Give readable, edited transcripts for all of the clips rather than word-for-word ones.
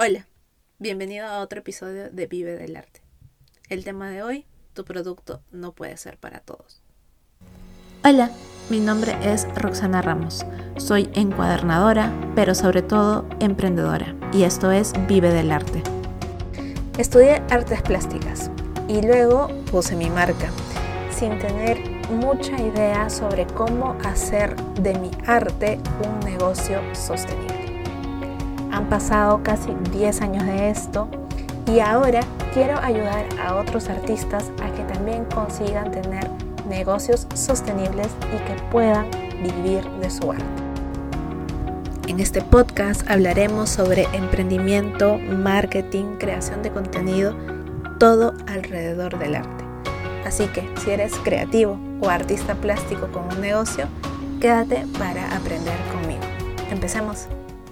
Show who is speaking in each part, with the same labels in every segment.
Speaker 1: Hola, bienvenido a otro episodio de Vive del Arte. El tema de hoy, tu producto no puede ser para todos. Hola, mi nombre es Roxana Ramos. Soy encuadernadora, pero sobre todo emprendedora, y esto es Vive del Arte. Estudié artes plásticas y luego puse mi marca, sin tener mucha idea sobre cómo hacer de mi arte un negocio sostenible. Han pasado casi 10 años de esto y ahora quiero ayudar a otros artistas a que también consigan tener negocios sostenibles y que puedan vivir de su arte. En este podcast hablaremos sobre emprendimiento, marketing, creación de contenido, todo alrededor del arte. Así que si eres creativo o artista plástico con un negocio, quédate para aprender conmigo. Empecemos.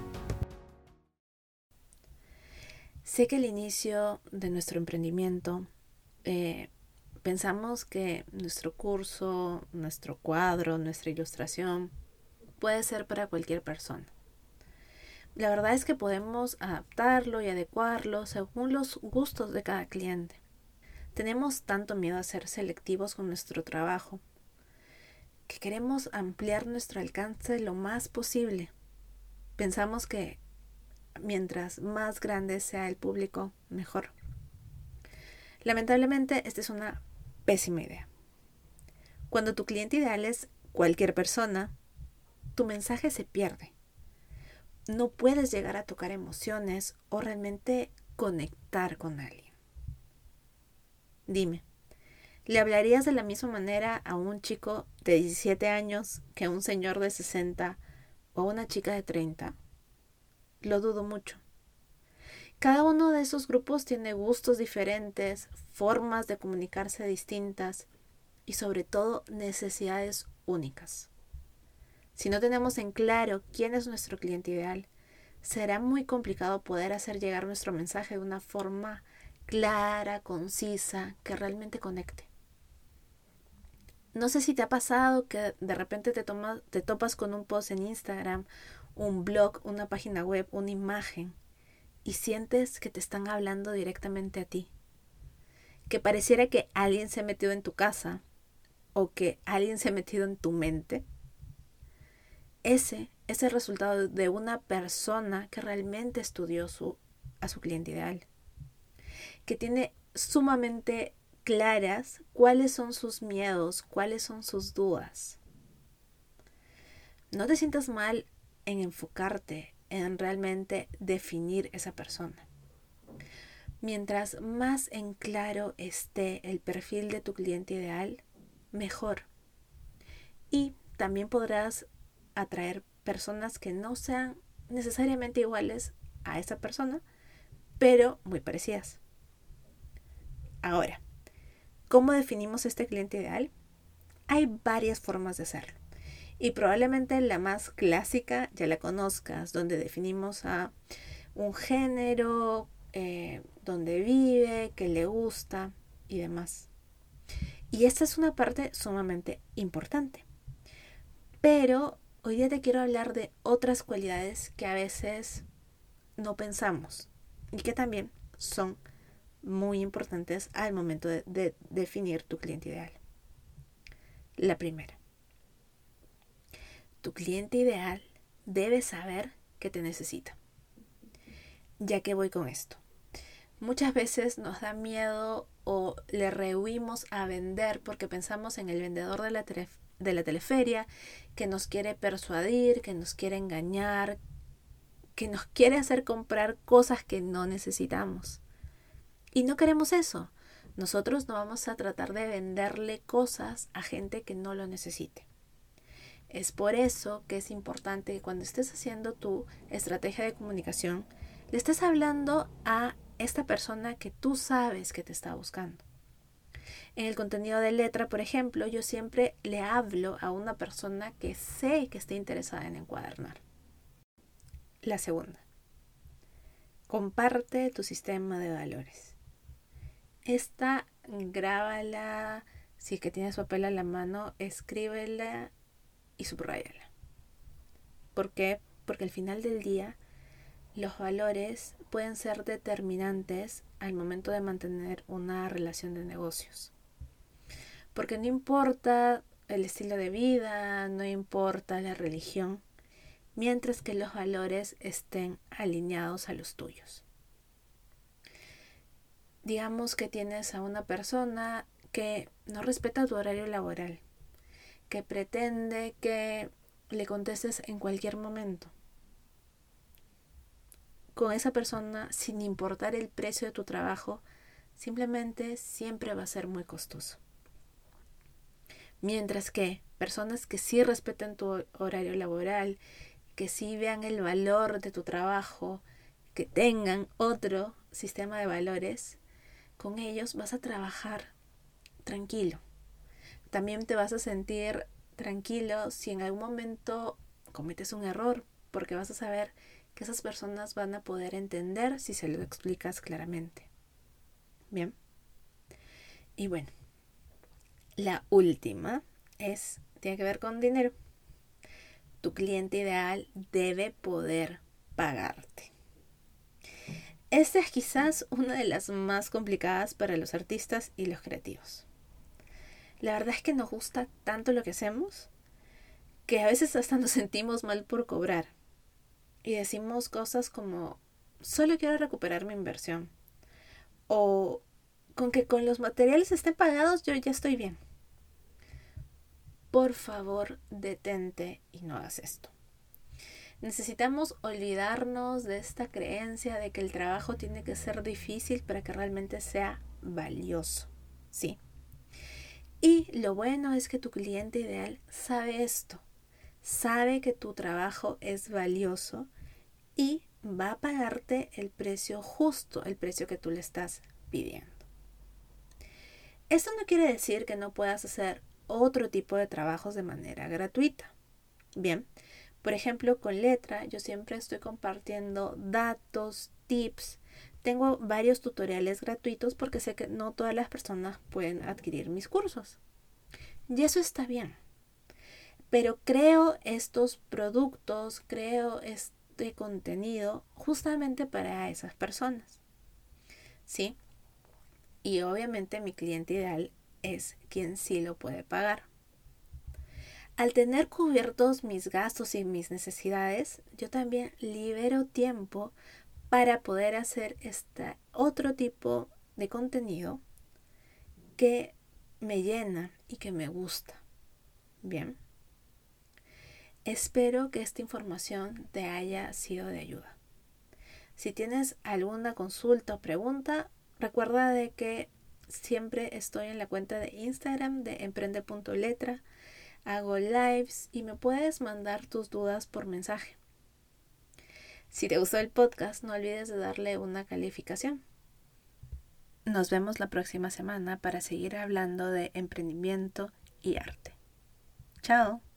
Speaker 1: Sé que al inicio de nuestro emprendimiento pensamos que nuestro curso, nuestro cuadro, nuestra ilustración puede ser para cualquier persona. La verdad es que podemos adaptarlo y adecuarlo según los gustos de cada cliente. Tenemos tanto miedo a ser selectivos con nuestro trabajo que queremos ampliar nuestro alcance lo más posible. Pensamos que mientras más grande sea el público, mejor. Lamentablemente, esta es una pésima idea. Cuando tu cliente ideal es cualquier persona, tu mensaje se pierde. No puedes llegar a tocar emociones o realmente conectar con alguien. Dime, ¿le hablarías de la misma manera a un chico de 17 años que a un señor de 60 o a una chica de 30? Lo dudo mucho. Cada uno de esos grupos tiene gustos diferentes, formas de comunicarse distintas y sobre todo necesidades únicas. Si no tenemos en claro quién es nuestro cliente ideal, será muy complicado poder hacer llegar nuestro mensaje de una forma clara, concisa, que realmente conecte. No sé si te ha pasado que de repente te topas con un post en Instagram, un blog, una página web, una imagen y sientes que te están hablando directamente a ti. Que pareciera que alguien se ha metido en tu casa o que alguien se ha metido en tu mente. Ese es el resultado de una persona que realmente estudió a su cliente ideal, que tiene sumamente claras cuáles son sus miedos, cuáles son sus dudas. No te sientas mal en enfocarte en realmente definir esa persona. Mientras más en claro esté el perfil de tu cliente ideal, mejor. Y también podrás atraer personas que no sean necesariamente iguales a esa persona, pero muy parecidas. Ahora, ¿cómo definimos este cliente ideal? Hay varias formas de hacerlo. Y probablemente la más clásica ya la conozcas, donde definimos a un género, donde vive, qué le gusta y demás. Y esta es una parte sumamente importante. Pero hoy día te quiero hablar de otras cualidades que a veces no pensamos y que también son muy importantes al momento de definir tu cliente ideal. La primera, tu cliente ideal debe saber que te necesita. Ya que voy con esto. Muchas veces nos da miedo o le rehuimos a vender porque pensamos en el vendedor de la teleferia que nos quiere persuadir, que nos quiere engañar, que nos quiere hacer comprar cosas que no necesitamos. Y no queremos eso. Nosotros no vamos a tratar de venderle cosas a gente que no lo necesite. Es por eso que es importante que cuando estés haciendo tu estrategia de comunicación, le estés hablando a esta persona que tú sabes que te está buscando. En el contenido de letra, por ejemplo, yo siempre le hablo a una persona que sé que está interesada en encuadernar. La segunda, comparte tu sistema de valores. Esta grábala, si es que tienes papel a la mano, escríbela y subrayala. ¿Por qué? Porque al final del día los valores pueden ser determinantes al momento de mantener una relación de negocios. Porque no importa el estilo de vida, no importa la religión, mientras que los valores estén alineados a los tuyos. Digamos que tienes a una persona que no respeta tu horario laboral, que pretende que le contestes en cualquier momento. Con esa persona, sin importar el precio de tu trabajo, simplemente siempre va a ser muy costoso. Mientras que personas que sí respeten tu horario laboral, que sí vean el valor de tu trabajo, que tengan otro sistema de valores, con ellos vas a trabajar tranquilo. También te vas a sentir tranquilo si en algún momento cometes un error, porque vas a saber que esas personas van a poder entender si se lo explicas claramente. Bien. Y bueno, la última tiene que ver con dinero. Tu cliente ideal debe poder pagarte. Esta es quizás una de las más complicadas para los artistas y los creativos. La verdad es que nos gusta tanto lo que hacemos que a veces hasta nos sentimos mal por cobrar. Y decimos cosas como, solo quiero recuperar mi inversión. O con que con los materiales estén pagados yo ya estoy bien. Por favor, detente y no hagas esto. Necesitamos olvidarnos de esta creencia de que el trabajo tiene que ser difícil para que realmente sea valioso. Sí. Y lo bueno es que tu cliente ideal sabe esto. Sabe que tu trabajo es valioso y va a pagarte el precio justo, el precio que tú le estás pidiendo. Esto no quiere decir que no puedas hacer otro tipo de trabajos de manera gratuita. Bien, por ejemplo, con Letra yo siempre estoy compartiendo datos, tips. Tengo varios tutoriales gratuitos porque sé que no todas las personas pueden adquirir mis cursos. Y eso está bien. Pero creo estos productos, creo este contenido justamente para esas personas. ¿Sí? Y obviamente mi cliente ideal es quien sí lo puede pagar. Al tener cubiertos mis gastos y mis necesidades, yo también libero tiempo para poder hacer este otro tipo de contenido que me llena y que me gusta. Bien. Espero que esta información te haya sido de ayuda. Si tienes alguna consulta o pregunta, recuerda de que siempre estoy en la cuenta de Instagram de emprende.letra. Hago lives y me puedes mandar tus dudas por mensaje. Si te gustó el podcast, no olvides de darle una calificación. Nos vemos la próxima semana para seguir hablando de emprendimiento y arte. Chao.